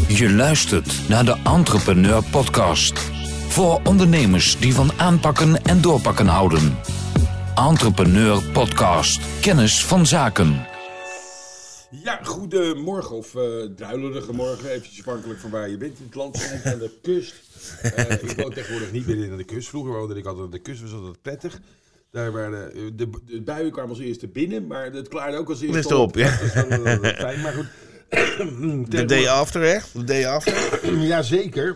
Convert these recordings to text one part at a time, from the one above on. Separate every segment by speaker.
Speaker 1: Je luistert naar de Entrepreneur Podcast. Voor ondernemers die van aanpakken en doorpakken houden. Entrepreneur Podcast. Kennis van zaken.
Speaker 2: Ja, goedemorgen of druilerige morgen. Eventjes afhankelijk van waar je bent in het land. Zijn aan de kust. Ik woon tegenwoordig niet meer aan de kust. Vroeger woonde ik altijd aan de kust, was altijd prettig. Daar waren de buien kwamen als eerste binnen, maar het klaarde ook als eerste
Speaker 3: op. Ja.
Speaker 2: Dat is wel fijn, maar goed.
Speaker 3: De day after, hè? De day after.
Speaker 2: Jazeker.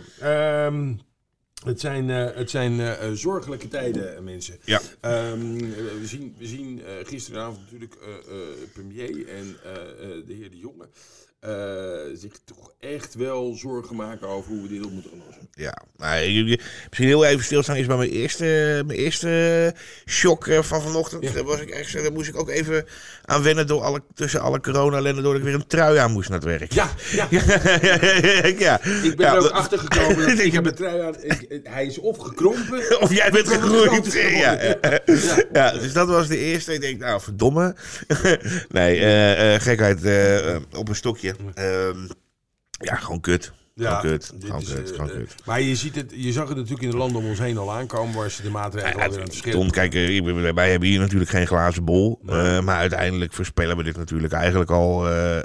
Speaker 2: Het zijn zorgelijke tijden, mensen.
Speaker 3: Ja.
Speaker 2: We zien gisteravond natuurlijk premier en de heer De Jonge zich toch echt wel zorgen maken over hoe we dit op moeten lossen.
Speaker 3: Ja, nou, misschien heel even stilstaan is bij mijn eerste shock van vanochtend.
Speaker 2: Ja.
Speaker 3: Daar moest ik ook even aan wennen tussen alle corona-ellende, doordat ik weer een trui aan moest naar het werk.
Speaker 2: Ja.
Speaker 3: Ja.
Speaker 2: Ik ben er ook achter gekomen. Ik heb een trui aan. Hij is of gekrompen.
Speaker 3: Of jij bent gegroeid.
Speaker 2: Ja.
Speaker 3: Ja, dus dat was de eerste. Ik denk, nou, verdomme. Nee, gekheid op een stokje. Ja, gewoon kut. Gewoon kut.
Speaker 2: Maar je zag het natuurlijk in de landen om ons heen al aankomen, waar ze de maatregelen weer aan het verschillen.
Speaker 3: Tom, kijk, wij hebben hier natuurlijk geen glazen bol. Nee. Maar uiteindelijk voorspellen we dit natuurlijk eigenlijk al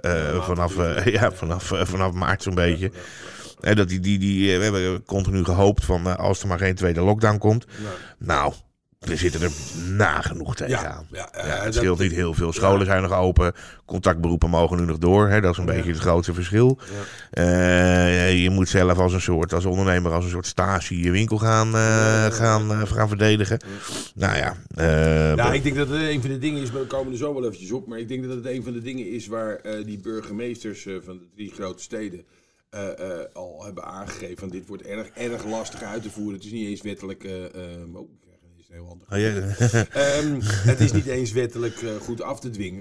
Speaker 3: vanaf maart zo'n beetje. Dat we hebben continu gehoopt van als er maar geen tweede lockdown komt. Nee. Nou, we zitten er nagenoeg tegenaan. Het scheelt niet heel veel. Scholen zijn nog open. Contactberoepen mogen nu nog door. Hè? Dat is een beetje het grootste verschil. Ja. Je moet zelf als ondernemer als een soort stage je winkel gaan verdedigen. Nou ja.
Speaker 2: Ik denk dat het een van de dingen is, we komen er zo wel eventjes op. Maar ik denk dat het een van de dingen is waar die burgemeesters van de 3 grote steden al hebben aangegeven. Van dit wordt erg lastig uit te voeren. Het is niet eens wettelijk heel handig.
Speaker 3: Oh, ja.
Speaker 2: Het is niet eens wettelijk goed af te dwingen.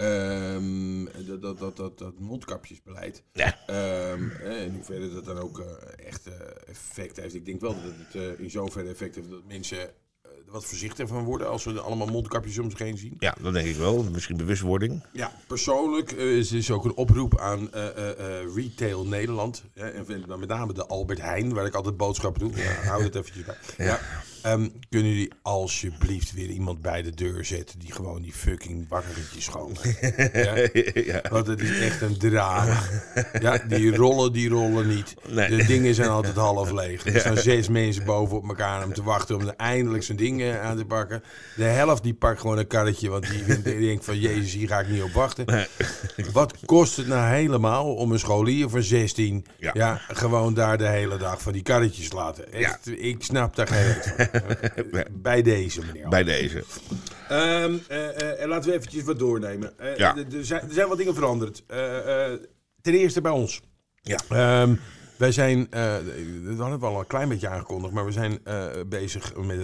Speaker 2: Dat mondkapjesbeleid.
Speaker 3: Ja.
Speaker 2: In hoeverre dat dan ook echt effect heeft. Ik denk wel dat het in zoverre effect heeft dat mensen er wat voorzichtiger van worden als we allemaal mondkapjes om zich heen zien.
Speaker 3: Ja, dat denk ik wel. Misschien bewustwording.
Speaker 2: Ja, persoonlijk is er ook een oproep aan Retail Nederland. En met name de Albert Heijn, waar ik altijd boodschappen doe. Ja, hou het eventjes bij. Ja. Kunnen jullie alsjeblieft weer iemand bij de deur zetten die gewoon die fucking bakkertjes schoonmaakt? Ja? Want het is echt een drama. Ja, die rollen niet. Nee. De dingen zijn altijd half leeg. Er staan 6 mensen boven op elkaar om te wachten om er eindelijk zo'n ding aan te pakken. De helft die pakt gewoon een karretje, want die denkt van Jezus, hier ga ik niet op wachten. Nee. Wat kost het nou helemaal om een scholier van 16 gewoon daar de hele dag van die karretjes te laten? Echt, ik snap daar geen reet van. Bij deze, meneer.
Speaker 3: Bij deze.
Speaker 2: En laten we eventjes wat doornemen. Er zijn wat dingen veranderd. Ten eerste bij ons. Ja. Wij zijn, dat hadden we al een klein beetje aangekondigd, maar we zijn bezig met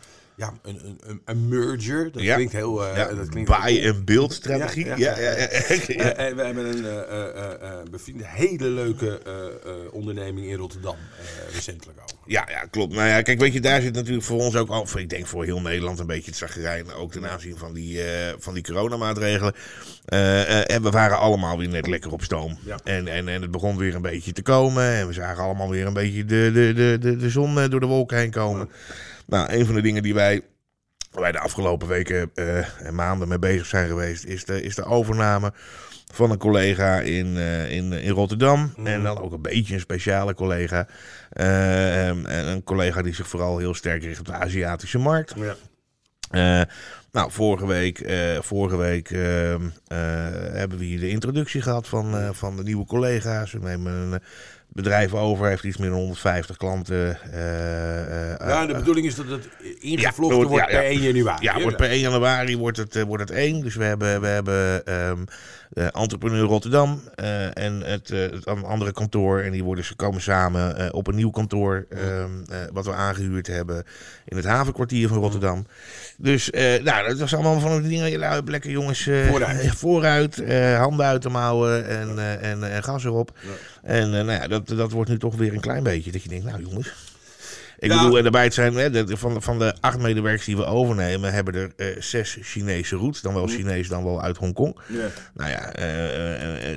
Speaker 2: een merger. Dat klinkt heel... dat klinkt
Speaker 3: buy and build strategie.
Speaker 2: En we hebben een bevriende, hele leuke onderneming in Rotterdam recentelijk over.
Speaker 3: Ja, klopt. Nou ja, kijk, weet je, daar zit natuurlijk voor ons ook al, ik denk voor heel Nederland een beetje het zagrijn, ook ten aanzien van die coronamaatregelen. En we waren allemaal weer net lekker op stoom. Ja. En het begon weer een beetje te komen. En we zagen allemaal weer een beetje de zon door de wolken heen komen. Ja. Nou, een van de dingen die wij de afgelopen weken en maanden mee bezig zijn geweest, is de overname van een collega in Rotterdam. En dan ook een beetje een speciale collega. Een collega die zich vooral heel sterk richt op de Aziatische markt. Ja. Vorige week hebben we hier de introductie gehad van de nieuwe collega's. We nemen een bedrijf over, heeft iets meer dan 150 klanten.
Speaker 2: De bedoeling is dat het ingevlochten wordt per 1 januari.
Speaker 3: Ja, wordt per 1 januari wordt het 1. Dus we hebben Entrepreneur Rotterdam en het andere kantoor. En die komen samen op een nieuw kantoor wat we aangehuurd hebben in het havenkwartier van Rotterdam. Dus dat was allemaal van die dingen. Lekker jongens, vooruit handen uit de mouwen en gas erop. Ja. En dat wordt nu toch weer een klein beetje dat je denkt, nou jongens. Ik bedoel, en daarbij het zijn, van de 8 medewerkers die we overnemen, hebben er 6 Chinese roots. Dan wel Chinees, dan wel uit Hongkong. Yeah. Nou ja,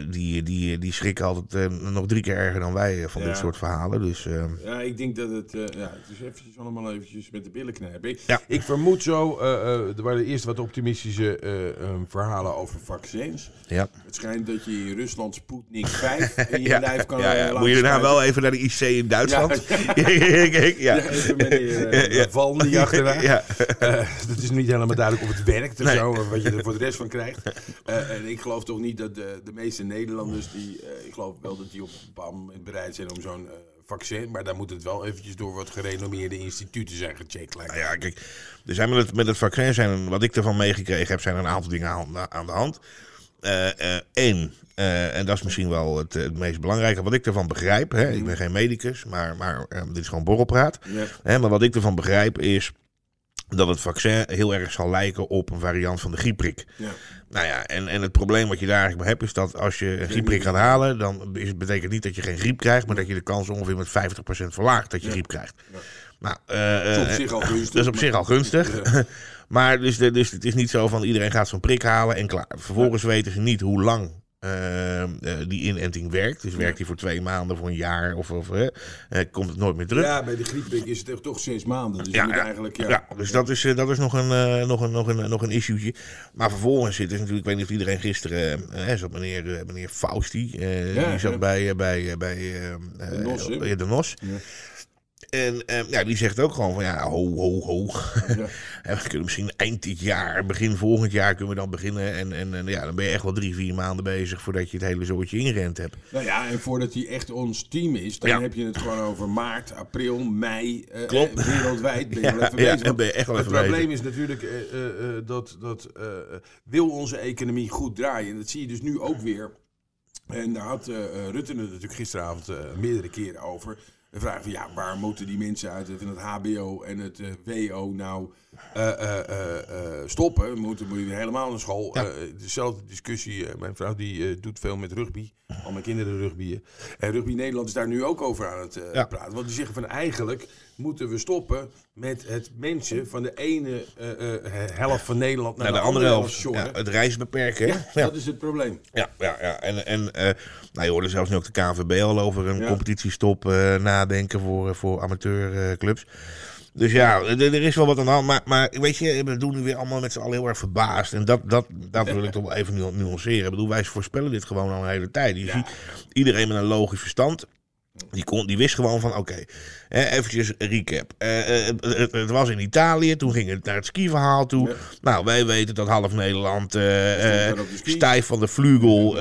Speaker 3: die schrikken altijd nog 3 keer erger dan wij van dit soort verhalen. Dus,
Speaker 2: ja, ik denk dat het is eventjes allemaal eventjes met de billen knijpen.
Speaker 3: Ja.
Speaker 2: Ik vermoed zo, er waren eerst wat optimistische verhalen over vaccins.
Speaker 3: Ja.
Speaker 2: Het schijnt dat je in Rusland Sputnik 5 in je lijf kan laten
Speaker 3: Moet je nou wel even naar de IC in Duitsland?
Speaker 2: Even meneer Van die achterna.
Speaker 3: Ja.
Speaker 2: Het is niet helemaal duidelijk of het werkt of zo, wat je er voor de rest van krijgt. En ik geloof toch niet dat de meeste Nederlanders, ik geloof wel dat die op een bepaald moment bereid zijn om zo'n vaccin, maar daar moet het wel eventjes door wat gerenommeerde instituten zijn gecheckt.
Speaker 3: Nou ja, kijk, er zijn met het vaccin, wat ik ervan meegekregen heb, zijn er een aantal dingen aan de hand. Eén, en dat is misschien wel het meest belangrijke, wat ik ervan begrijp, hè, ik ben geen medicus, maar dit is gewoon borrelpraat. Ja. Hè, maar wat ik ervan begrijp is dat het vaccin heel erg zal lijken op een variant van de griepprik. Ja. Nou ja, en het probleem wat je daar eigenlijk bij hebt is dat als je een griepprik gaat halen, dan betekent niet dat je geen griep krijgt, maar dat je de kans ongeveer met 50% verlaagt dat je griep krijgt. Ja. Nou,
Speaker 2: dat is op zich al gunstig.
Speaker 3: Dat is op zich al gunstig. Ja. Maar dus het is niet zo van iedereen gaat zo'n prik halen en klaar. Vervolgens weten ze niet hoe lang die inenting werkt. Dus werkt die voor 2 maanden, voor een jaar of komt het nooit meer terug.
Speaker 2: Ja, bij de griepprik is het toch 6 maanden. Dus eigenlijk,
Speaker 3: dus dat is nog een issue'tje. Maar vervolgens zit er natuurlijk, ik weet niet of iedereen gisteren zat meneer Fausti, die zat bij de NOS. Ja. En die zegt ook gewoon van ho. Ja. We kunnen misschien eind dit jaar, begin volgend jaar kunnen we dan beginnen. En dan ben je echt wel 3-4 maanden bezig voordat je het hele zootje ingerend hebt.
Speaker 2: Nou ja, en voordat hij echt ons team is, dan heb je het gewoon over maart, april, mei. Wereldwijd ben je wel even bezig.
Speaker 3: Ben je echt wel
Speaker 2: het
Speaker 3: even
Speaker 2: probleem
Speaker 3: bezig.
Speaker 2: is natuurlijk dat wil onze economie goed draaien. Dat zie je dus nu ook weer. En daar had Rutte het natuurlijk gisteravond meerdere keren over. De vraag van waar moeten die mensen uit van het HBO en het WO nou stoppen? Moeten we helemaal naar school? Ja. Dezelfde discussie. Mijn vrouw die doet veel met rugby. Al mijn kinderen rugbyen. En Rugby Nederland is daar nu ook over aan het praten. Want die zeggen van eigenlijk moeten we stoppen met het mensen van de ene helft van Nederland naar de andere helft.
Speaker 3: Het reizen beperken.
Speaker 2: Ja, dat is het probleem.
Speaker 3: Ja. En je hoorde zelfs nu ook de KNVB al over een competitiestop nadenken voor amateurclubs. Dus er is wel wat aan de hand. Maar weet je, we doen nu weer allemaal met z'n allen heel erg verbaasd. En dat wil ik toch wel even nuanceren. Ik bedoel, wij voorspellen dit gewoon al een hele tijd. Je ziet iedereen met een logisch verstand. Die wist gewoon van, oké, eventjes recap. Het was in Italië, toen ging het naar het skiverhaal toe. Ja. Nou, wij weten dat half Nederland stijf van de vlugel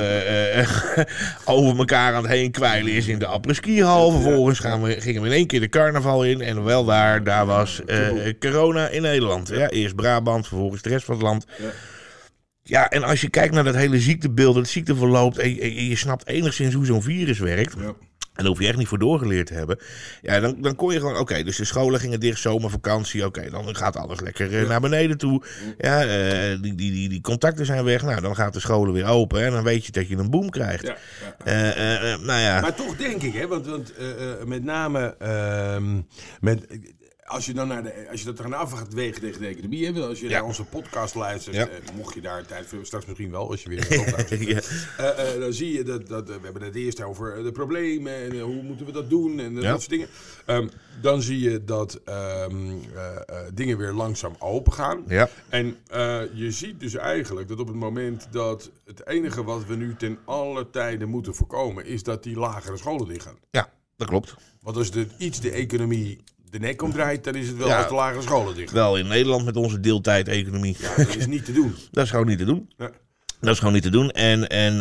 Speaker 3: over elkaar aan het heen kwijlen is in de apres-skihal. Vervolgens gingen we in één keer de carnaval in. En wel daar was corona in Nederland. Ja, eerst Brabant, vervolgens de rest van het land. Ja. Ja, en als je kijkt naar dat hele ziektebeeld, het ziekteverloop, en je snapt enigszins hoe zo'n virus werkt. Ja. En daar hoef je echt niet voor doorgeleerd te hebben. Ja, dan kon je gewoon, oké, dus de scholen gingen dicht, zomervakantie. Oké, dan gaat alles lekker naar beneden toe. Ja, die contacten zijn weg. Nou, dan gaat de scholen weer open. En dan weet je dat je een boom krijgt. Ja.
Speaker 2: Maar toch denk ik, want met name als je dat eraan af gaat wegen tegen de economie hebt, als je naar onze podcast luistert, mocht je daar tijd voor, straks misschien wel, als je weer dan zie je dat we hebben het eerst over de problemen en hoe moeten we dat doen en dat soort dingen. Dan zie je dat dingen weer langzaam open gaan. Ja. En je ziet dus eigenlijk dat op het moment dat het enige wat we nu ten alle tijde moeten voorkomen, is dat die lagere scholen dichtgaan.
Speaker 3: Ja, dat klopt.
Speaker 2: Want als de economie de nek omdraait, dan is het wel als de lagere scholen dicht.
Speaker 3: Wel in Nederland met onze deeltijd-economie.
Speaker 2: Ja, dat is niet te doen.
Speaker 3: Dat is gewoon niet te doen. Ja. Dat is gewoon niet te doen. En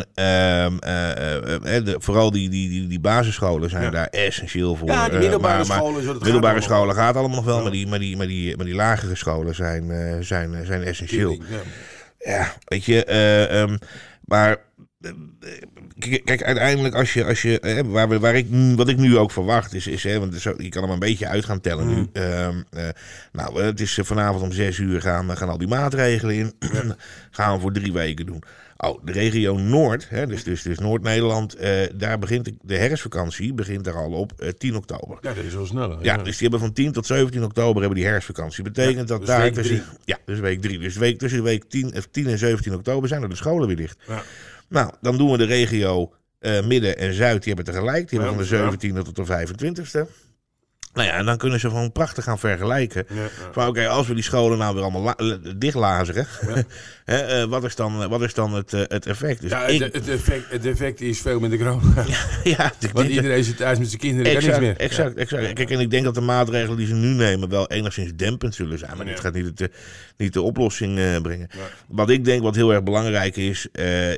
Speaker 3: vooral die basisscholen zijn daar essentieel voor.
Speaker 2: Ja, die middelbare scholen.
Speaker 3: Middelbare scholen gaat allemaal nog wel, maar die lagere scholen zijn essentieel. Ja, weet je. Maar kijk, uiteindelijk wat ik nu ook verwacht is want je kan hem een beetje uit gaan tellen nu. Het is vanavond om 6:00 gaan al die maatregelen in. Gaan we voor 3 weken doen. De regio Noord, dus Noord-Nederland, daar begint de herfstvakantie daar al op 10 oktober.
Speaker 2: Ja, dat is wel sneller.
Speaker 3: Ja, dus die hebben van 10 tot 17 oktober hebben die herfstvakantie. Betekent dat daar dus week 3. Dus tussen de week 10 en 17 oktober zijn er de scholen weer dicht. Ja. Nou, dan doen we de regio Midden en Zuid. Die hebben tegelijk. Die hebben van de 17e tot de 25e. Nou ja, en dan kunnen ze gewoon prachtig gaan vergelijken. Van oké, als we die scholen nou weer allemaal dichtlazeren. Wat is dan het effect? Dus
Speaker 2: het effect is veel minder corona. Want iedereen zit thuis met zijn kinderen.
Speaker 3: Exact. Kijk, en ik denk dat de maatregelen die ze nu nemen wel enigszins dempend zullen zijn. Maar dit gaat niet de oplossing brengen. Ja. Wat ik denk wat heel erg belangrijk is...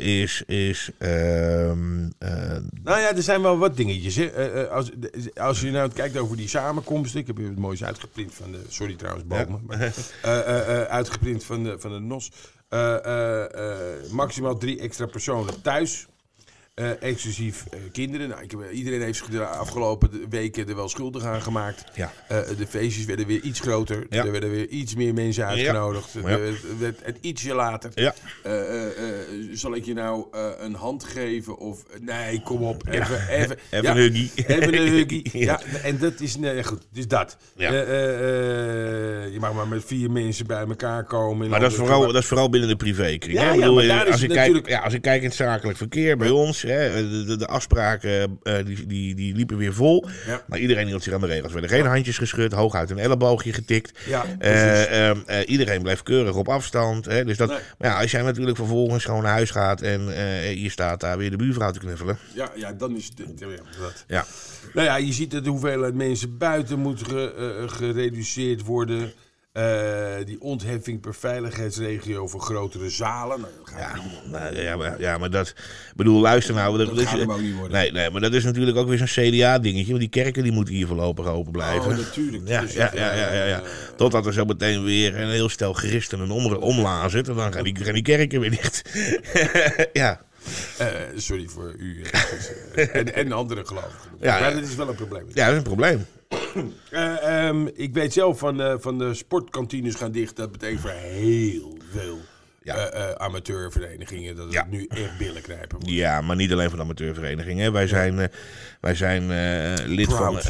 Speaker 2: Nou ja, er zijn wel wat dingetjes. Hè. Als je nou kijkt over die samenkomsten. Ik heb hier het moois uitgeprint van de... Sorry trouwens, bomen. Ja. Maar, uitgeprint van de NOS. Maximaal 3 extra personen thuis. Exclusief kinderen. Nou, iedereen heeft zich de afgelopen weken er wel schuldig aan gemaakt. Ja. De feestjes werden weer iets groter. Ja. Er werden weer iets meer mensen uitgenodigd. Ja. Het ietsje later. Ja. Zal ik je nou een hand geven? Of nee, kom op. Even
Speaker 3: een huggie.
Speaker 2: Even een huggie. Ja. En dat is... Nee, goed, het is dat. Ja. Je mag maar met 4 mensen bij elkaar komen.
Speaker 3: Maar dat is vooral binnen de privékring. Als ik kijk in het zakelijk verkeer bij ons... De afspraken die liepen weer vol. Ja. Maar iedereen hield zich aan de regels. Er werden geen handjes geschud, hooguit een elleboogje getikt. Ja, iedereen bleef keurig op afstand. Dus dat, maar als jij natuurlijk vervolgens gewoon naar huis gaat en je staat daar weer de buurvrouw te knuffelen.
Speaker 2: Ja, dan is het dat. Ja. Nou ja, je ziet dat de hoeveelheid mensen buiten moet gereduceerd worden. Die ontheffing per veiligheidsregio voor grotere zalen.
Speaker 3: Maar dat... bedoel, luister nou...
Speaker 2: Dat gaat hem ook niet worden.
Speaker 3: Nee, maar dat is natuurlijk ook weer zo'n CDA-dingetje. Want die kerken die moeten hier voorlopig open blijven.
Speaker 2: Oh, natuurlijk.
Speaker 3: Ja. Totdat er zo meteen weer een heel stel christenen omlazen. En dan gaan die kerken weer dicht. Ja.
Speaker 2: Sorry voor u en andere gelovigen. Maar dat is wel een probleem.
Speaker 3: Ja, dat is een probleem.
Speaker 2: Ik weet zelf van de sportkantines gaan dicht. Dat betekent voor heel veel amateurverenigingen dat het nu echt billen knijpen wordt.
Speaker 3: Ja, maar niet alleen van de amateurverenigingen. Wij zijn lid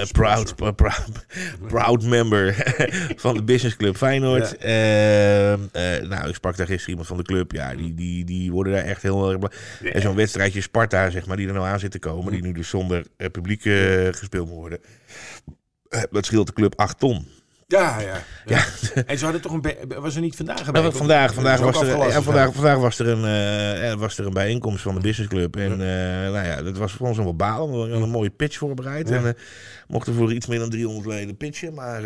Speaker 3: proud member van de businessclub Feyenoord. Ja. Ik sprak daar gisteren iemand van de club. Ja, die worden daar echt heel erg blij. Ja. En zo'n wedstrijdje Sparta, zeg maar, die er nou aan zit te komen. Die nu dus zonder publiek gespeeld moet worden. Dat scheelt de club 8 ton.
Speaker 2: Ja. En ze hadden toch was er niet vandaag een
Speaker 3: bijeenkomst? Vandaag was er een bijeenkomst van de businessclub. En dat was voor ons nog wel balen. We hadden een mooie pitch voorbereid. Ja. En mochten voor iets meer dan 300 leden pitchen. Maar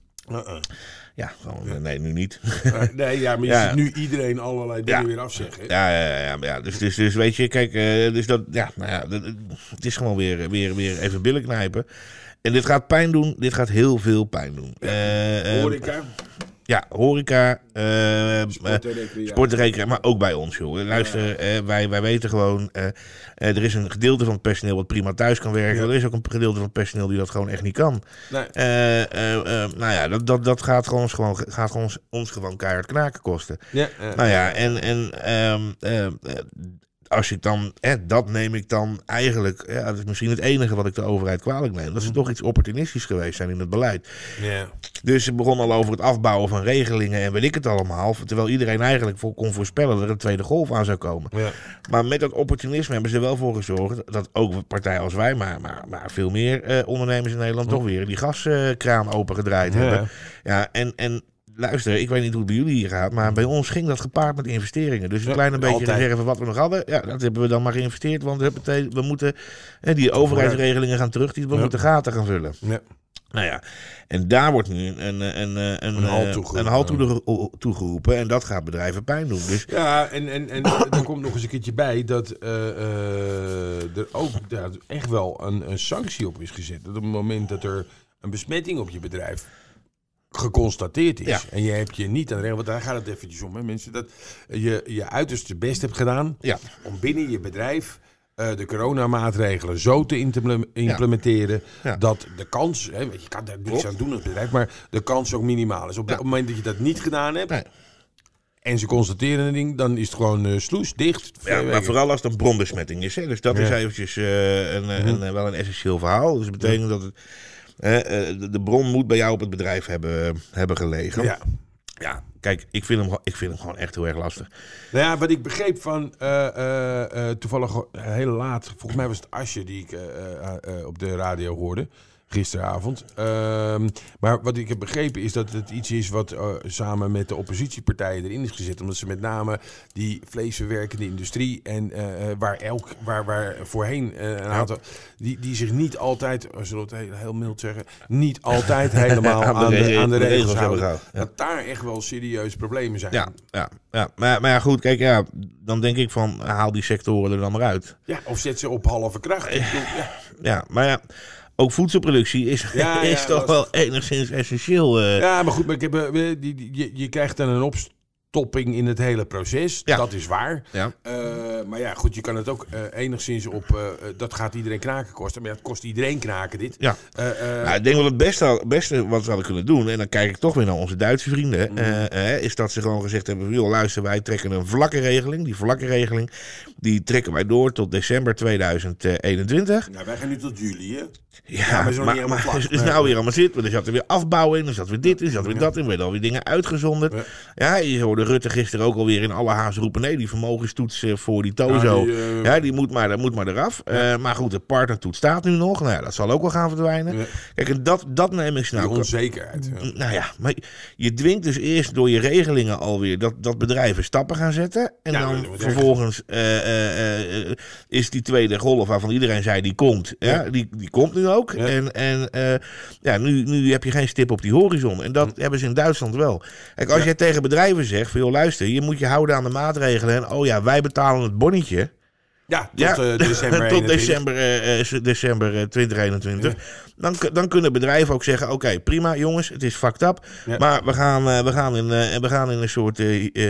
Speaker 3: nee, nu niet.
Speaker 2: Maar je ziet nu iedereen allerlei dingen weer afzeggen.
Speaker 3: Ja. Dus weet je, kijk, het is gewoon weer even billen knijpen. En dit gaat pijn doen. Dit gaat heel veel pijn doen.
Speaker 2: Horeca.
Speaker 3: Ja, horeca. Sport en recreatie. Maar ook bij ons, joh. Luister, wij weten gewoon... er is een gedeelte van het personeel wat prima thuis kan werken. Ja. Er is ook een gedeelte van het personeel die dat gewoon echt niet kan. Nee. Dat gaat ons gewoon keihard knaken kosten. Als ik dan, dat neem ik dan eigenlijk, dat is misschien het enige wat ik de overheid kwalijk neem. Dat ze toch iets opportunistisch geweest zijn in het beleid. Yeah. Dus ze begon al over het afbouwen van regelingen en weet ik het allemaal. Terwijl iedereen eigenlijk kon voorspellen dat er een tweede golf aan zou komen. Yeah. Maar met dat opportunisme hebben ze er wel voor gezorgd dat ook partijen als wij, maar veel meer ondernemers in Nederland toch weer die gaskraan opengedraaid hebben. Ja, en luister, ik weet niet hoe het bij jullie hier gaat, maar bij ons ging dat gepaard met investeringen. Dus een kleine beetje reserve wat we nog hadden, dat hebben we dan maar geïnvesteerd. Want we moeten die overheidsregelingen gaan terug, we moeten gaten gaan vullen. Ja. Nou ja, en daar wordt nu een halt toegeroepen en dat gaat bedrijven pijn doen. Dus...
Speaker 2: Ja, en er komt nog eens een keertje bij dat er ook echt wel een sanctie op is gezet. Dat op het moment dat er een besmetting op je bedrijf geconstateerd is. Ja. En je hebt je niet aan de regel, want daar gaat het eventjes om. Hè, mensen, dat je uiterste best hebt gedaan om binnen je bedrijf de coronamaatregelen zo te implementeren dat de kans, je kan daar niks aan doen als bedrijf, maar de kans ook minimaal is. Op het moment dat je dat niet gedaan hebt en ze constateren een ding, dan is het gewoon sloes, dicht.
Speaker 3: Ja, maar vooral als het een bronbesmetting is. Hè. Dus dat is eventjes wel een essentieel verhaal. Dus dat betekent dat het de bron moet bij jou op het bedrijf hebben gelegen.
Speaker 2: Ja,
Speaker 3: kijk, ik vind hem gewoon echt heel erg lastig.
Speaker 2: Nou ja, wat ik begreep van toevallig heel laat, volgens mij was het Asje die ik op de radio hoorde. Gisteravond. Maar wat ik heb begrepen is dat het iets is wat samen met de oppositiepartijen erin is gezet. Omdat ze met name die vleesverwerkende industrie en waar voorheen een aantal... Die zich niet altijd, zullen we het heel mild zeggen, niet altijd helemaal aan de regels houden. Ja. Dat daar echt wel serieus problemen zijn.
Speaker 3: Ja. Maar ja, goed, kijk, dan denk ik van, haal die sectoren er dan maar uit.
Speaker 2: Ja, of zet ze op halve kracht.
Speaker 3: Ja, maar ja... Ook voedselproductie is toch wel enigszins essentieel.
Speaker 2: Ja, maar goed, maar je krijgt dan een opstopping in het hele proces. Ja. Dat is waar. Ja. Maar ja, goed, je kan het ook enigszins op... dat gaat iedereen knaken kosten. Maar ja, het kost iedereen knaken dit. Ja.
Speaker 3: Ik denk wel het beste wat we hadden kunnen doen... en dan kijk ik toch weer naar onze Duitse vrienden... is dat ze gewoon gezegd hebben... joh, luister, wij trekken een vlakke regeling. Die vlakke regeling, die trekken wij door tot december 2021.
Speaker 2: Nou, wij gaan nu tot juli, hè?
Speaker 3: Ja, maar is nou weer allemaal zit. Er zat er weer afbouw in, er zat weer dit in, er zat weer dat in. Er werden alweer dingen uitgezonderd. Ja, je hoorde Rutte gisteren ook alweer in alle haast roepen... nee, die vermogenstoets voor die Tozo, die moet maar eraf. Maar goed, de partnertoets staat nu nog. Nou ja, dat zal ook wel gaan verdwijnen. Ja. Kijk, en dat neem ik snel.
Speaker 2: Die onzekerheid. Ja.
Speaker 3: Nou ja, maar je dwingt dus eerst door je regelingen alweer... dat bedrijven stappen gaan zetten. En dan vervolgens is die tweede golf waarvan iedereen zei die komt. Die komt nu ook. Ja. Nu heb je geen stip op die horizon. En dat hebben ze in Duitsland wel. Kijk, als jij tegen bedrijven zegt van, joh, luister, je moet je houden aan de maatregelen. En wij betalen het bonnetje.
Speaker 2: Ja, tot december
Speaker 3: tot december 2021. Ja. Dan kunnen bedrijven ook zeggen... Oké, prima jongens, het is fucked up. Ja. Maar we gaan in een soort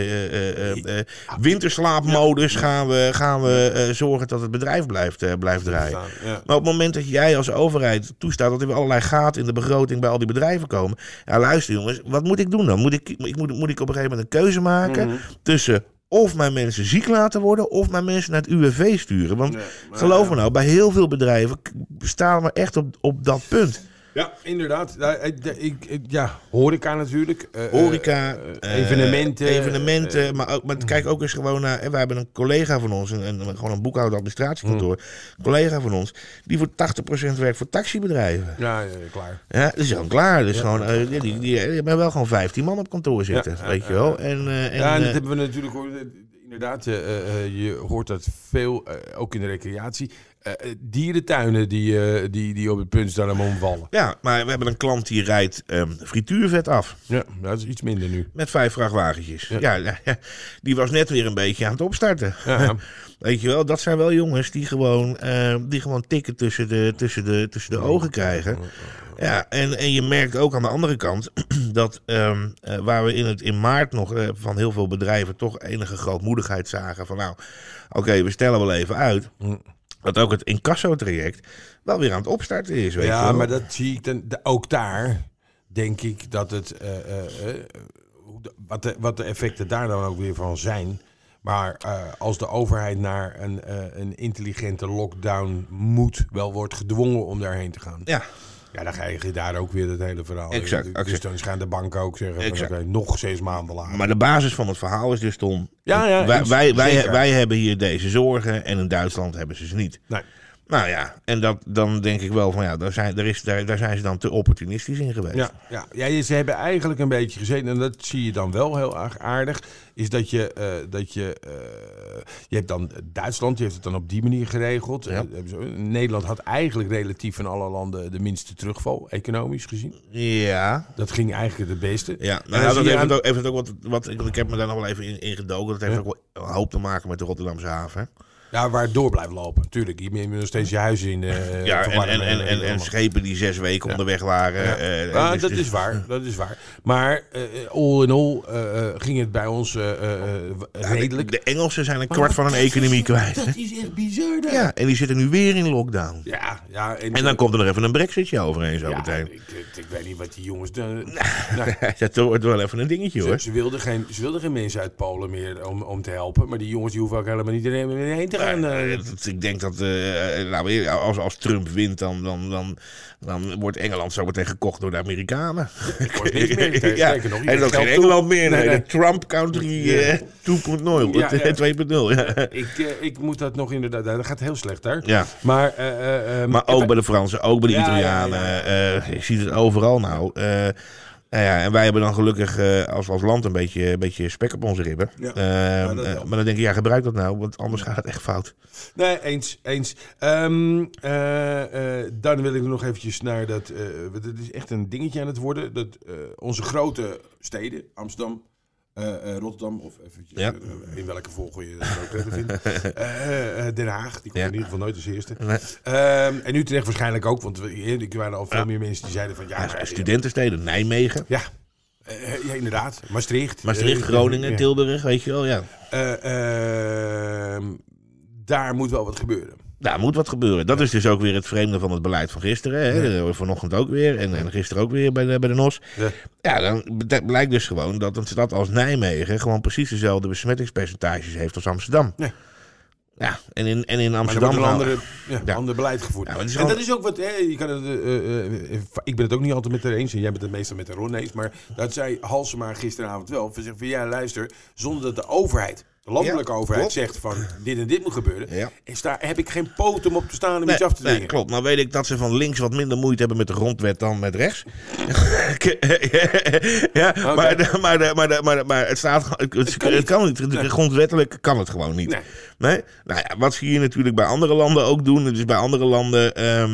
Speaker 3: winterslaapmodus... gaan we zorgen dat het bedrijf blijft draaien. Ja. Maar op het moment dat jij als overheid toestaat... dat er weer allerlei gaten in de begroting bij al die bedrijven komen... Ja, luister jongens, wat moet ik doen dan? Moet ik op een gegeven moment een keuze maken... tussen... of mijn mensen ziek laten worden... of mijn mensen naar het UWV sturen. Want geloof me nou, bij heel veel bedrijven... staan we echt op dat punt.
Speaker 2: Ja, inderdaad. Horeca natuurlijk.
Speaker 3: Horeca.
Speaker 2: Evenementen.
Speaker 3: Maar kijk ook eens gewoon naar... We hebben een collega van ons... gewoon een boekhouder administratiekantoor. Een collega van ons... die voor 80% werkt voor taxibedrijven.
Speaker 2: Ja, klaar.
Speaker 3: Ja, dat is gewoon klaar. Dus die hebben wel gewoon 15 man op kantoor zitten. Weet je wel. En
Speaker 2: dat hebben we natuurlijk... Inderdaad, je hoort dat veel, ook in de recreatie. Dierentuinen die op het punt staan om omvallen.
Speaker 3: Ja, maar we hebben een klant die rijdt frituurvet af.
Speaker 2: Ja, dat is iets minder nu.
Speaker 3: Met 5 vrachtwagentjes. Ja, die was net weer een beetje aan het opstarten. Ja. Weet je wel, dat zijn wel jongens die gewoon tikken tussen de ogen krijgen. Ja, en je merkt ook aan de andere kant dat waar we in maart nog van heel veel bedrijven toch enige grootmoedigheid zagen van oké, we stellen wel even uit. Dat ook het incasso-traject wel weer aan het opstarten is. Weet je wel.
Speaker 2: Maar dat zie ik ook daar, denk ik, dat het wat de effecten daar dan ook weer van zijn. Maar als de overheid naar een intelligente lockdown wel wordt gedwongen om daarheen te gaan. Ja, dan krijg je daar ook weer het hele verhaal.
Speaker 3: Exact.
Speaker 2: Dus dan gaan de banken ook zeggen, nog 6 maanden later.
Speaker 3: Maar de basis van het verhaal is dus, Tom... Wij hebben hier deze zorgen en in Duitsland hebben ze niet. Nee. Nou ja, en dan denk ik wel van daar zijn ze dan te opportunistisch in geweest.
Speaker 2: Ja, ze hebben eigenlijk een beetje gezeten, en dat zie je dan wel heel erg aardig, is dat je hebt dan Duitsland, die heeft het dan op die manier geregeld. Ja. Nederland had eigenlijk relatief van alle landen de minste terugval, economisch gezien.
Speaker 3: Ja.
Speaker 2: Dat ging eigenlijk het beste.
Speaker 3: Ja, dat heeft ook wat ik heb me daar nog wel even in gedoken. Dat heeft ook wel een hoop te maken met de Rotterdamse haven.
Speaker 2: Ja, waar het door blijft lopen, natuurlijk. Je moet nog steeds je huis in.
Speaker 3: En schepen die 6 weken onderweg waren.
Speaker 2: Dat is waar. Maar all in all ging het bij ons redelijk.
Speaker 3: De Engelsen zijn een kwart van hun economie kwijt.
Speaker 2: Dat is echt bizar. Dan.
Speaker 3: Ja, en die zitten nu weer in lockdown.
Speaker 2: Ja.
Speaker 3: En dan komt er nog even een brexitje overheen zo meteen.
Speaker 2: Ik weet niet wat die jongens...
Speaker 3: Dat wordt wel even een dingetje hoor.
Speaker 2: Ze wilden geen mensen uit Polen meer om te helpen. Maar die jongens die hoeven ook helemaal niet heen te
Speaker 3: Ik denk dat als Trump wint, dan wordt Engeland zo meteen gekocht door de Amerikanen.
Speaker 2: Het wordt niks meer.
Speaker 3: Ja,
Speaker 2: Nog,
Speaker 3: en ook geen Engeland meer. Nee.
Speaker 2: Nee.
Speaker 3: De Trump country 2.0.
Speaker 2: Ja.
Speaker 3: 2.0. Ja.
Speaker 2: Ik moet dat nog inderdaad... Dat gaat heel slecht daar.
Speaker 3: Ja.
Speaker 2: Maar
Speaker 3: ook bij de Fransen, ook bij de
Speaker 2: Ja,
Speaker 3: Italianen. Je ziet het overal nou. En wij hebben dan gelukkig als land een beetje spek op onze ribben.
Speaker 2: Ja.
Speaker 3: Maar dan denk ik, gebruik dat nou, want anders gaat het echt fout.
Speaker 2: Nee, eens. Dan wil ik nog eventjes naar dat... het is echt een dingetje aan het worden. Dat onze grote steden, Amsterdam, Rotterdam, of eventjes, in welke volgorde je dat ook prettig vindt. Den Haag, die komt in ieder geval nooit als eerste.
Speaker 3: Nee.
Speaker 2: En Utrecht waarschijnlijk ook, want er waren al veel meer mensen die zeiden van...
Speaker 3: Studentensteden, Nijmegen.
Speaker 2: Ja, inderdaad. Maastricht,
Speaker 3: Groningen, Tilburg, weet je wel, ja.
Speaker 2: Daar moet wel wat gebeuren.
Speaker 3: Daar moet wat gebeuren. Dat is dus ook weer het vreemde van het beleid van gisteren. Hè. Ja. Vanochtend ook weer. En gisteren ook weer bij de NOS. Ja, dan blijkt dus gewoon dat een stad als Nijmegen gewoon precies dezelfde besmettingspercentages heeft als Amsterdam. Ja. Ja, en in Amsterdam...
Speaker 2: Maar er wordt een ander beleid gevoerd. Ja, en dat is ook wat... je kan het, ik ben het ook niet altijd met haar eens. En jij bent het meestal met de Ron eens. Maar dat zei Halsema gisteravond wel. Van zeggen van, ja, luister. Zonder dat de overheid... De landelijke overheid zegt van dit en dit moet gebeuren. Ja. Heb ik geen poot om op te staan om iets af te dwingen.
Speaker 3: Nee, klopt. Nou weet ik dat ze van links wat minder moeite hebben met de grondwet dan met rechts. Maar het staat... Het kan niet. Grondwettelijk kan het gewoon niet. Nee? Nou ja, wat zie je natuurlijk bij andere landen ook doen. Dus bij andere landen,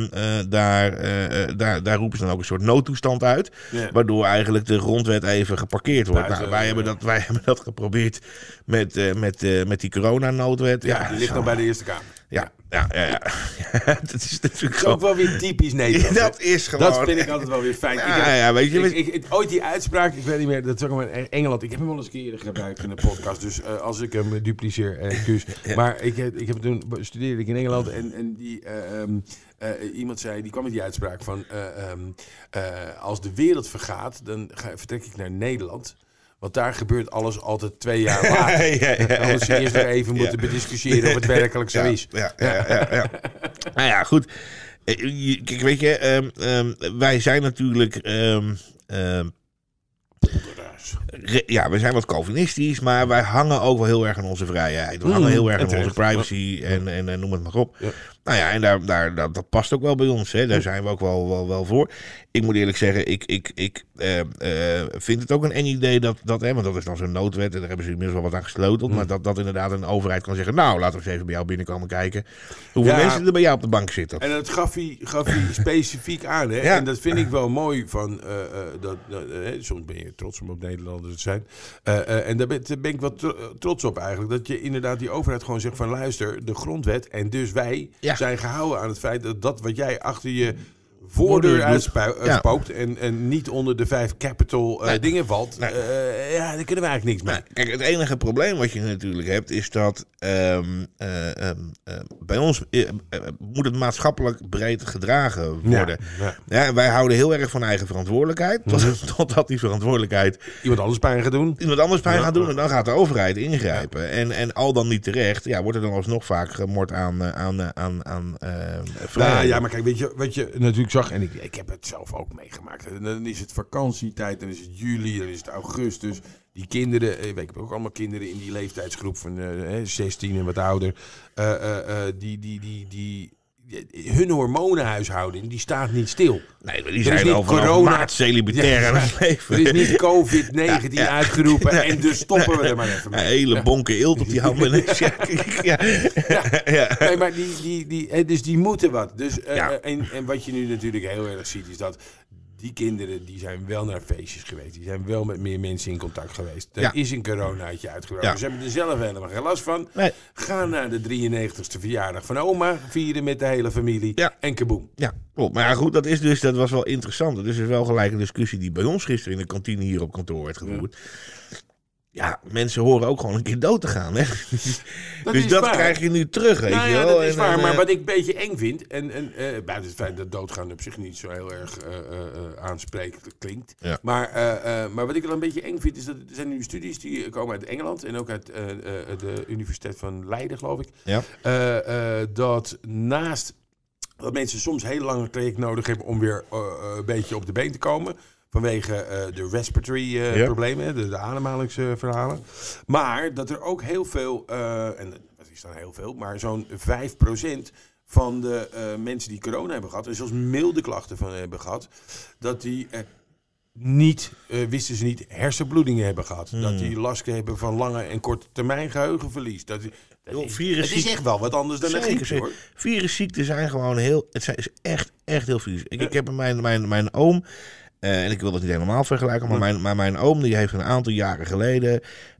Speaker 3: daar roepen ze dan ook een soort noodtoestand uit. Ja. Waardoor eigenlijk de grondwet even geparkeerd wordt. Nou, wij hebben dat geprobeerd met die coronanoodwet.
Speaker 2: Ja, die ligt nog bij de Eerste Kamer.
Speaker 3: Ja. Dat is natuurlijk
Speaker 2: ook wel weer typisch Nederland.
Speaker 3: Dat is gewoon...
Speaker 2: Dat vind ik altijd wel weer fijn.
Speaker 3: Weet je...
Speaker 2: Ooit die uitspraak, ik weet niet meer, dat is ook maar in Engeland. Ik heb hem wel eens een keer gebruikt in een podcast. Dus als ik hem dupliceer, excuus. Ja. Maar toen studeerde ik in Engeland en die... iemand zei, die kwam met die uitspraak van... als de wereld vergaat, dan vertrek ik naar Nederland... Want daar gebeurt alles altijd 2 jaar later. Dan moeten ze eerst nog even moeten bediscussiëren of het werkelijk zo is.
Speaker 3: Ja. Nou ja, goed. Kijk, weet je, wij zijn natuurlijk... we zijn wat Calvinistisch, maar wij hangen ook wel heel erg aan onze vrijheid. We hangen heel erg aan onze privacy en noem het maar op. Ja. Nou ja, en dat past ook wel bij ons. Hè. Daar zijn we ook wel voor. Ik moet eerlijk zeggen, ik vind het ook een eng idee dat want dat is dan zo'n noodwet en daar hebben ze inmiddels wel wat aan gesleuteld. Maar dat inderdaad een overheid kan zeggen, nou, laten we eens even bij jou binnenkomen kijken. Hoeveel mensen er bij jou op de bank zitten.
Speaker 2: En dat gaf hij specifiek aan. Hè? Ja. En dat vind ik wel mooi van, soms ben je trots om op Nederlanders te zijn. En daar ben ik wel trots op eigenlijk. Dat je inderdaad die overheid gewoon zegt van, luister, de grondwet en dus wij zijn gehouden aan het feit dat wat jij achter je voordeur uitspookt en niet onder de 5 capital dingen valt. Daar kunnen we eigenlijk niks mee.
Speaker 3: Kijk, het enige probleem wat je natuurlijk hebt is dat bij ons moet het maatschappelijk breed gedragen worden. Ja, wij houden heel erg van eigen verantwoordelijkheid. Totdat die verantwoordelijkheid
Speaker 2: iemand anders pijn gaat doen.
Speaker 3: En dan gaat de overheid ingrijpen. Ja. En al dan niet terecht, wordt er dan alsnog vaak gemord aan vrijheid.
Speaker 2: Ja, maar kijk, weet je wat je natuurlijk zag, en ik heb het zelf ook meegemaakt. Dan is het vakantietijd, dan is het juli, dan is het augustus. Die kinderen, ik heb ook allemaal kinderen in die leeftijdsgroep van 16 en wat ouder. Hun hormonenhuishouding, die staat niet stil.
Speaker 3: Nee, die zijn al vanaf maart celibatair aan het leven.
Speaker 2: Er is niet COVID-19 uitgeroepen en dus stoppen we er maar even mee.
Speaker 3: Een hele bonken eelt op die handen.
Speaker 2: Nee, maar dus die moeten wat. Dus, en wat je nu natuurlijk heel erg ziet is dat die kinderen die zijn wel naar feestjes geweest. Die zijn wel met meer mensen in contact geweest. Er is een coronaatje uitgebroken. Ja. Ze hebben er zelf helemaal geen last van. Nee. Ga naar de 93ste verjaardag van oma. Vieren met de hele familie. Ja. En kaboom.
Speaker 3: Ja, klopt. Maar ja, goed, dat was wel interessant. Dus er is wel gelijk een discussie die bij ons gisteren in de kantine hier op kantoor werd gevoerd. Ja, mensen horen ook gewoon een keer dood te gaan. Hè? Dus dat
Speaker 2: waar.
Speaker 3: Krijg je nu terug, weet je wel.
Speaker 2: Dat is waar. Maar wat ik een beetje eng vind... buiten het feit dat doodgaan op zich niet zo heel erg aansprekelijk klinkt. Ja. Maar wat ik wel een beetje eng vind... is dat er zijn nu studies die komen uit Engeland... en ook uit de Universiteit van Leiden, geloof ik. Ja. Dat naast... dat mensen soms heel lang traject nodig hebben... om weer een beetje op de been te komen... vanwege de respiratory problemen, de ademhalingsverhalen. Maar dat er ook heel veel, en dat is dan heel veel, maar zo'n 5% van de mensen die corona hebben gehad, en zelfs milde klachten van hebben gehad, dat die wisten ze niet, hersenbloedingen hebben gehad. Dat die last hebben van lange en korte termijn geheugenverlies. Het is echt wel wat anders dan een griepje, hoor.
Speaker 3: Virusziekten zijn gewoon het is echt heel vies. Ik heb mijn oom... en ik wil dat niet helemaal vergelijken, maar mijn oom die heeft een aantal jaren geleden...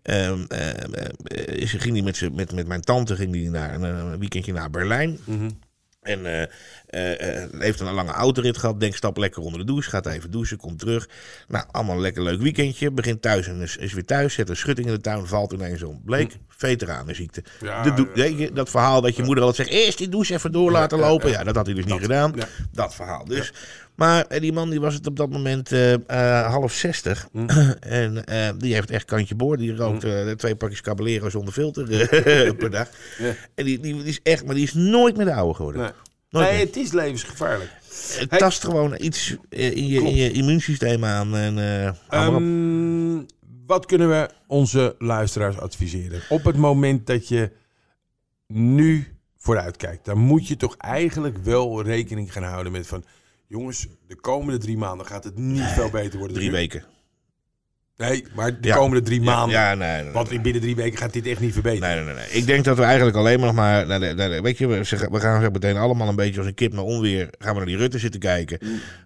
Speaker 3: ging die met mijn tante ging die naar een weekendje naar Berlijn. Mm-hmm. En heeft een lange autorit gehad. Stap lekker onder de douche. Gaat even douchen, komt terug. Nou, allemaal een lekker leuk weekendje. Begint thuis en is weer thuis. Zet een schutting in de tuin. Valt ineens om. Bleek veteranenziekte. Dat verhaal dat je moeder altijd zegt... eerst die douche even door laten lopen. Ja, dat had hij dus niet gedaan. Ja. Dat verhaal dus. Ja. Maar die man die was het op dat moment half 60. En die heeft echt kantje boord. Die rookt 2 pakjes Caballero zonder filter per dag. Ja. En die is echt... maar die is nooit meer de oude geworden.
Speaker 2: Nee, het is levensgevaarlijk.
Speaker 3: Het tast gewoon iets in je immuunsysteem aan. En,
Speaker 2: wat kunnen we onze luisteraars adviseren? Op het moment dat je nu vooruit kijkt... dan moet je toch eigenlijk wel rekening gaan houden met van... jongens, de komende 3 maanden gaat het niet veel beter worden.
Speaker 3: 3 weken.
Speaker 2: Nee, maar de komende 3 maanden.
Speaker 3: Ja, nee.
Speaker 2: Want binnen 3 weken gaat dit echt niet verbeteren.
Speaker 3: Nee. Ik denk dat we eigenlijk alleen nog maar... weet je, we gaan zo meteen allemaal een beetje als een kip naar onweer... gaan we naar die Rutte zitten kijken.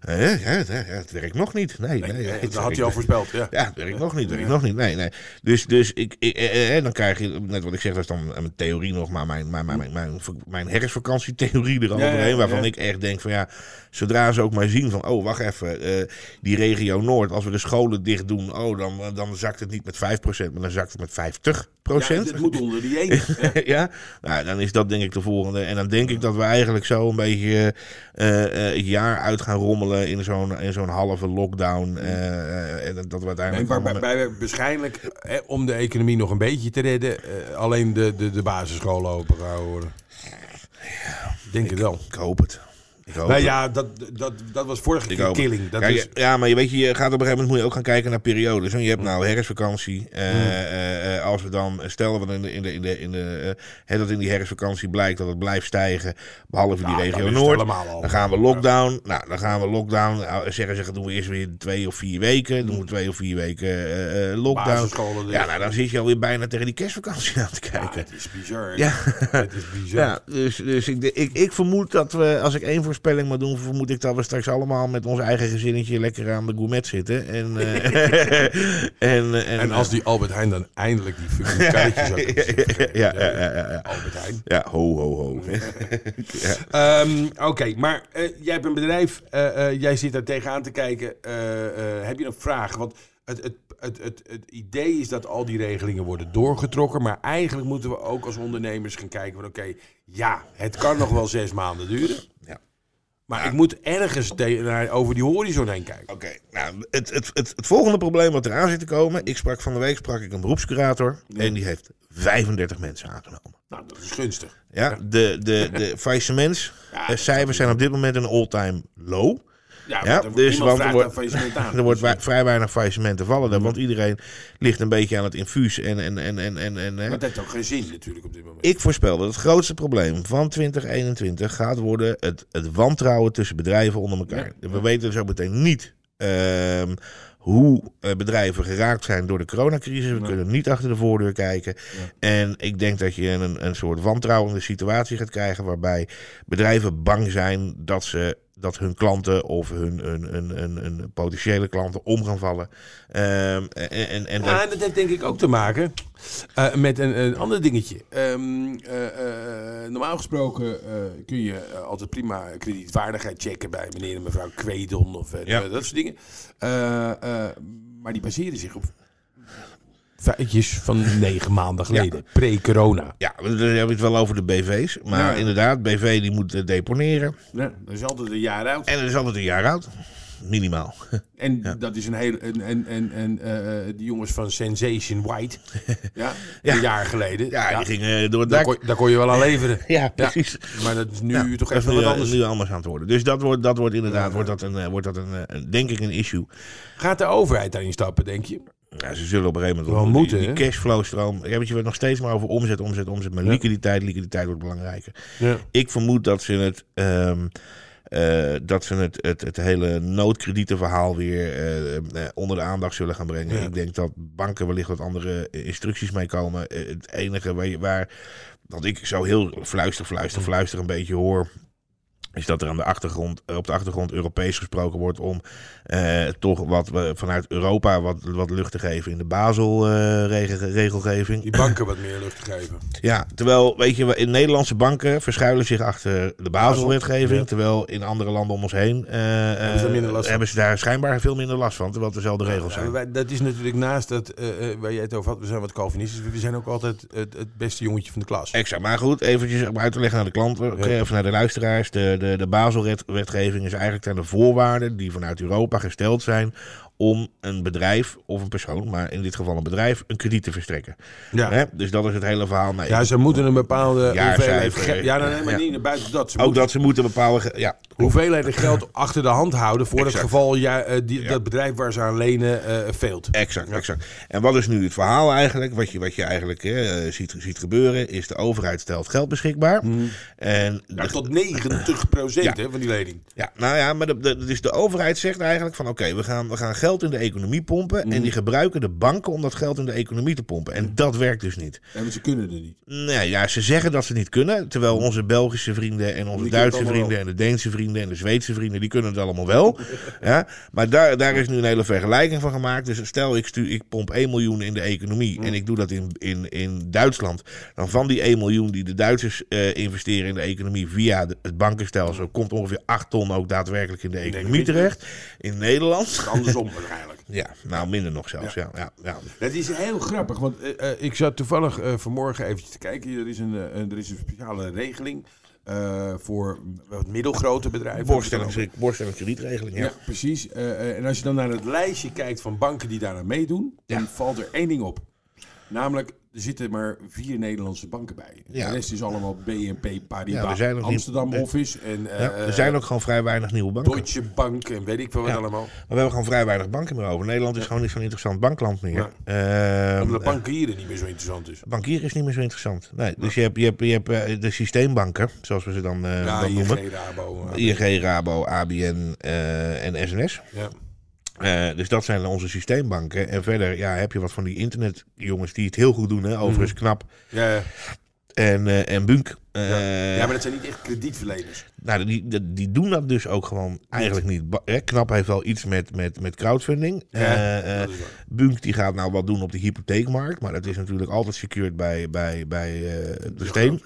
Speaker 3: Het werkt nog niet. Nee,
Speaker 2: dat had hij al voorspeld. Ja,
Speaker 3: het werkt nog niet. Nee. Dus dan krijg je... Net wat ik zeg, dat is dan een theorie nog... maar mijn herfstvakantietheorie eroverheen... waarvan ik echt denk van ja... zodra ze ook maar zien van... oh, wacht even, die regio Noord... als we de scholen dicht doen... Dan zakt het niet met 5%, maar dan zakt het met 50%.
Speaker 2: Ja, het moet onder die 1.
Speaker 3: Ja, nou, dan is dat denk ik de volgende. En dan denk ik dat we eigenlijk zo een beetje het jaar uit gaan rommelen in zo'n halve lockdown. En dat we uiteindelijk...
Speaker 2: waarschijnlijk, om de economie nog een beetje te redden, alleen de basisscholen open gaan worden.
Speaker 3: Ja,
Speaker 2: denk het wel.
Speaker 3: Ik hoop het.
Speaker 2: Nou ja, dat was vorige keer killing. Dat is...
Speaker 3: Ja, maar je weet, je gaat op een gegeven moment moet je ook gaan kijken naar periodes. En je hebt nou herfstvakantie. Als we dan stellen we dat in die herfstvakantie blijkt dat het blijft stijgen, behalve die regio Noord, dan gaan we lockdown. Nou, zeggen ze doen we eerst weer 2 of 4 weken. Doen we 2 of 4 weken lockdown.
Speaker 2: Dus.
Speaker 3: Ja, nou dan zit je alweer bijna tegen die kerstvakantie aan te kijken.
Speaker 2: Ja, het is bizar.
Speaker 3: Ja,
Speaker 2: het is bizar.
Speaker 3: Ja, dus ik vermoed dat we, als ik één voorspelling maar doen, vermoed ik dat we straks allemaal met ons eigen gezinnetje lekker aan de gourmet zitten. En
Speaker 2: als die Albert Heijn dan eindelijk die karretjes had.
Speaker 3: Ja.
Speaker 2: Albert Heijn.
Speaker 3: Ja, ho.
Speaker 2: Oké, maar jij hebt een bedrijf. Jij zit daar tegenaan te kijken. Heb je een vraag? Want het idee is dat al die regelingen worden doorgetrokken. Maar eigenlijk moeten we ook als ondernemers gaan kijken van het kan nog wel 6 maanden duren. Ja. Maar ik moet ergens over die horizon heen kijken.
Speaker 3: Oké, nou, het volgende probleem wat eraan zit te komen. Van de week sprak ik een beroepscurator. En die heeft 35 mensen aangenomen.
Speaker 2: Nou, dat is gunstig.
Speaker 3: Ja. De faillissementscijfers zijn op dit moment een all-time low.
Speaker 2: Ja, dus
Speaker 3: er wordt vrij weinig faillissementen vallen. Want iedereen ligt een beetje aan het infuus.
Speaker 2: Maar dat heeft ook geen zin natuurlijk op dit moment.
Speaker 3: Ik voorspel dat het grootste probleem van 2021 gaat worden het wantrouwen tussen bedrijven onder elkaar. Ja. We weten zo meteen niet hoe bedrijven geraakt zijn door de coronacrisis. We kunnen niet achter de voordeur kijken. Ja. En ik denk dat je een soort wantrouwende situatie gaat krijgen waarbij bedrijven bang zijn dat hun klanten of hun potentiële klanten om gaan vallen.
Speaker 2: En dat heeft denk ik ook te maken met een ander dingetje. Normaal gesproken kun je altijd prima kredietwaardigheid checken bij meneer en mevrouw Kwedon of dat soort dingen. Maar die baseren zich op feitjes van 9 maanden geleden. Pre-corona.
Speaker 3: Ja, dan heb je het wel over de BV's. Maar inderdaad, BV die moet deponeren.
Speaker 2: Ja, dat is altijd een jaar oud.
Speaker 3: En dat is altijd een jaar oud. Minimaal.
Speaker 2: En dat is een hele... die jongens van Sensation White. Een jaar geleden.
Speaker 3: Ja, die gingen door het dak.
Speaker 2: Daar kon je wel aan leveren.
Speaker 3: Ja, precies.
Speaker 2: Ja, maar dat is nu toch even wat anders.
Speaker 3: Nu anders aan het worden. Dus dat wordt inderdaad wordt dat een, denk ik, een issue.
Speaker 2: Gaat de overheid daarin stappen, denk je?
Speaker 3: Ja, ze zullen op een gegeven moment...
Speaker 2: Wel moeten,
Speaker 3: die cashflow-stroom... Je hebt het nog steeds maar over omzet. Maar liquiditeit wordt belangrijker. Ja. Ik vermoed dat ze het hele noodkredietenverhaal weer onder de aandacht zullen gaan brengen. Ja. Ik denk dat banken wellicht wat andere instructies mee komen. Het enige waar wat ik zo heel fluister een beetje hoor, is dat er op de achtergrond Europees gesproken wordt om toch wat vanuit Europa wat lucht te geven in de Basel-regelgeving.
Speaker 2: Die banken wat meer lucht te geven.
Speaker 3: Ja, terwijl, weet je, in Nederlandse banken verschuilen zich achter de Basel-wetgeving, terwijl in andere landen om ons heen hebben ze daar schijnbaar veel minder last van, terwijl het dezelfde regels zijn.
Speaker 2: Dat is natuurlijk naast dat, waar jij het over had, we zijn wat Calvinistisch, we zijn ook altijd het beste jongetje van de klas.
Speaker 3: Exact, maar goed, eventjes om uit te leggen naar de klanten, of naar de luisteraars. De Basel-wetgeving is eigenlijk aan de voorwaarden die vanuit Europa gesteld zijn om een bedrijf of een persoon, maar in dit geval een bedrijf, een krediet te verstrekken. Ja. Dus dat is het hele verhaal. Nee,
Speaker 2: ja, ze moeten een bepaalde hoeveelheid... maar niet buiten dat.
Speaker 3: Ze moeten bepaalde...
Speaker 2: hoeveelheden geld achter de hand houden voor het geval dat bedrijf waar ze aan lenen failt.
Speaker 3: Exact. En wat is nu het verhaal eigenlijk? Wat je eigenlijk ziet gebeuren, is de overheid stelt geld beschikbaar. En
Speaker 2: tot 90% van die lening.
Speaker 3: Ja, nou ja, maar dus de overheid zegt eigenlijk van oké, we gaan geld in de economie pompen en die gebruiken de banken om dat geld in de economie te pompen. En dat werkt dus niet.
Speaker 2: Ja, maar ze kunnen er niet.
Speaker 3: Nee, ja, ze zeggen dat ze niet kunnen, terwijl onze Belgische vrienden en onze Duitse vrienden en de Deense vrienden en de Zweedse vrienden, die kunnen het allemaal wel. Ja, maar daar is nu een hele vergelijking van gemaakt. Dus stel, ik pomp 1 miljoen in de economie en ik doe dat in Duitsland. Dan van die 1 miljoen die de Duitsers investeren in de economie via het bankenstelsel, komt ongeveer 8 ton ook daadwerkelijk in de economie terecht. In Nederland.
Speaker 2: Andersom waarschijnlijk.
Speaker 3: Ja, nou minder nog zelfs. Ja.
Speaker 2: Dat is heel grappig, want ik zat toevallig vanmorgen eventjes te kijken. Er is een speciale regeling voor wat middelgrote bedrijven.
Speaker 3: Borgstellingskredietregeling. Ja,
Speaker 2: precies. En als je dan naar het lijstje kijkt van banken die daaraan meedoen, dan valt er één ding op. Namelijk, er zitten maar 4 Nederlandse banken bij. De rest is allemaal BNP Paribas, Amsterdam Office.
Speaker 3: Er zijn ook gewoon vrij weinig nieuwe banken.
Speaker 2: Deutsche Bank en weet ik veel wat allemaal.
Speaker 3: Maar we hebben gewoon vrij weinig banken meer over. Nederland is gewoon niet zo'n interessant bankland meer.
Speaker 2: Omdat bankieren niet meer zo interessant is.
Speaker 3: Bankieren is niet meer zo interessant. Nee, dus je hebt de systeembanken, zoals we ze dan noemen. ING, Rabo, ABN en SNS. Ja. Dus dat zijn onze systeembanken. En verder heb je wat van die internetjongens die het heel goed doen. Hè? Overigens Knap. Ja. En Bunk.
Speaker 2: Maar dat zijn niet echt kredietverleners.
Speaker 3: Nou, die doen dat dus ook gewoon eigenlijk niet. Knap heeft wel iets met crowdfunding. Bunk die gaat nou wat doen op de hypotheekmarkt. Maar dat is natuurlijk altijd secured bij de steen.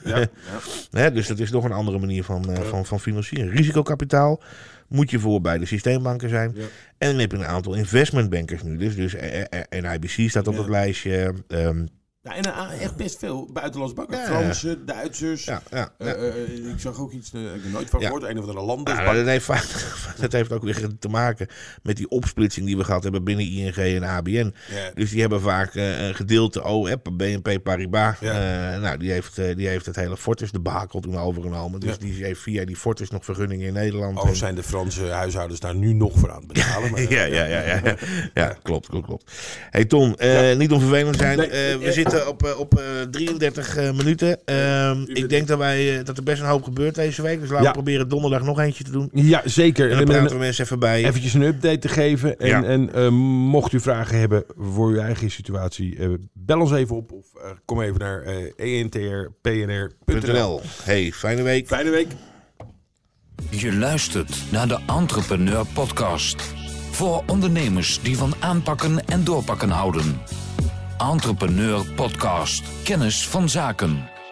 Speaker 3: Dus dat is nog een andere manier van financieren. Risicokapitaal moet je voor bij de systeembanken zijn. Ja. En dan heb je een aantal investmentbankers nu. Dus NIBC staat op dat lijstje.
Speaker 2: En echt best veel buitenlandse banken. Franse, Duitsers. Ik zag ook iets, ik heb er nooit van gehoord. Een of andere landbank.
Speaker 3: Dat heeft ook weer te maken met die opsplitsing die we gehad hebben binnen ING en ABN. Ja. Dus die hebben vaak een gedeelte BNP Paribas. Ja. Die heeft het hele Fortis debakel toen overgenomen. Dus die heeft via die Fortis nog vergunningen in Nederland.
Speaker 2: Of zijn de Franse huishoudens daar nu nog voor aan het betalen? Maar,
Speaker 3: ja, klopt. Hey Ton, niet om vervelend te zijn. We zitten op 33 minuten. Ik denk dat er best een hoop gebeurt deze week. Dus laten we proberen donderdag nog eentje te doen.
Speaker 2: Ja, zeker.
Speaker 3: En dan praten we mensen even bij.
Speaker 2: Eventjes een update te geven. En mocht u vragen hebben voor uw eigen situatie, bel ons even op. Of kom even naar entrpnr.nl.
Speaker 3: Hey, fijne week.
Speaker 2: Fijne week.
Speaker 1: Je luistert naar de Entrepreneur Podcast. Voor ondernemers die van aanpakken en doorpakken houden. Entrepreneur Podcast. Kennis van zaken.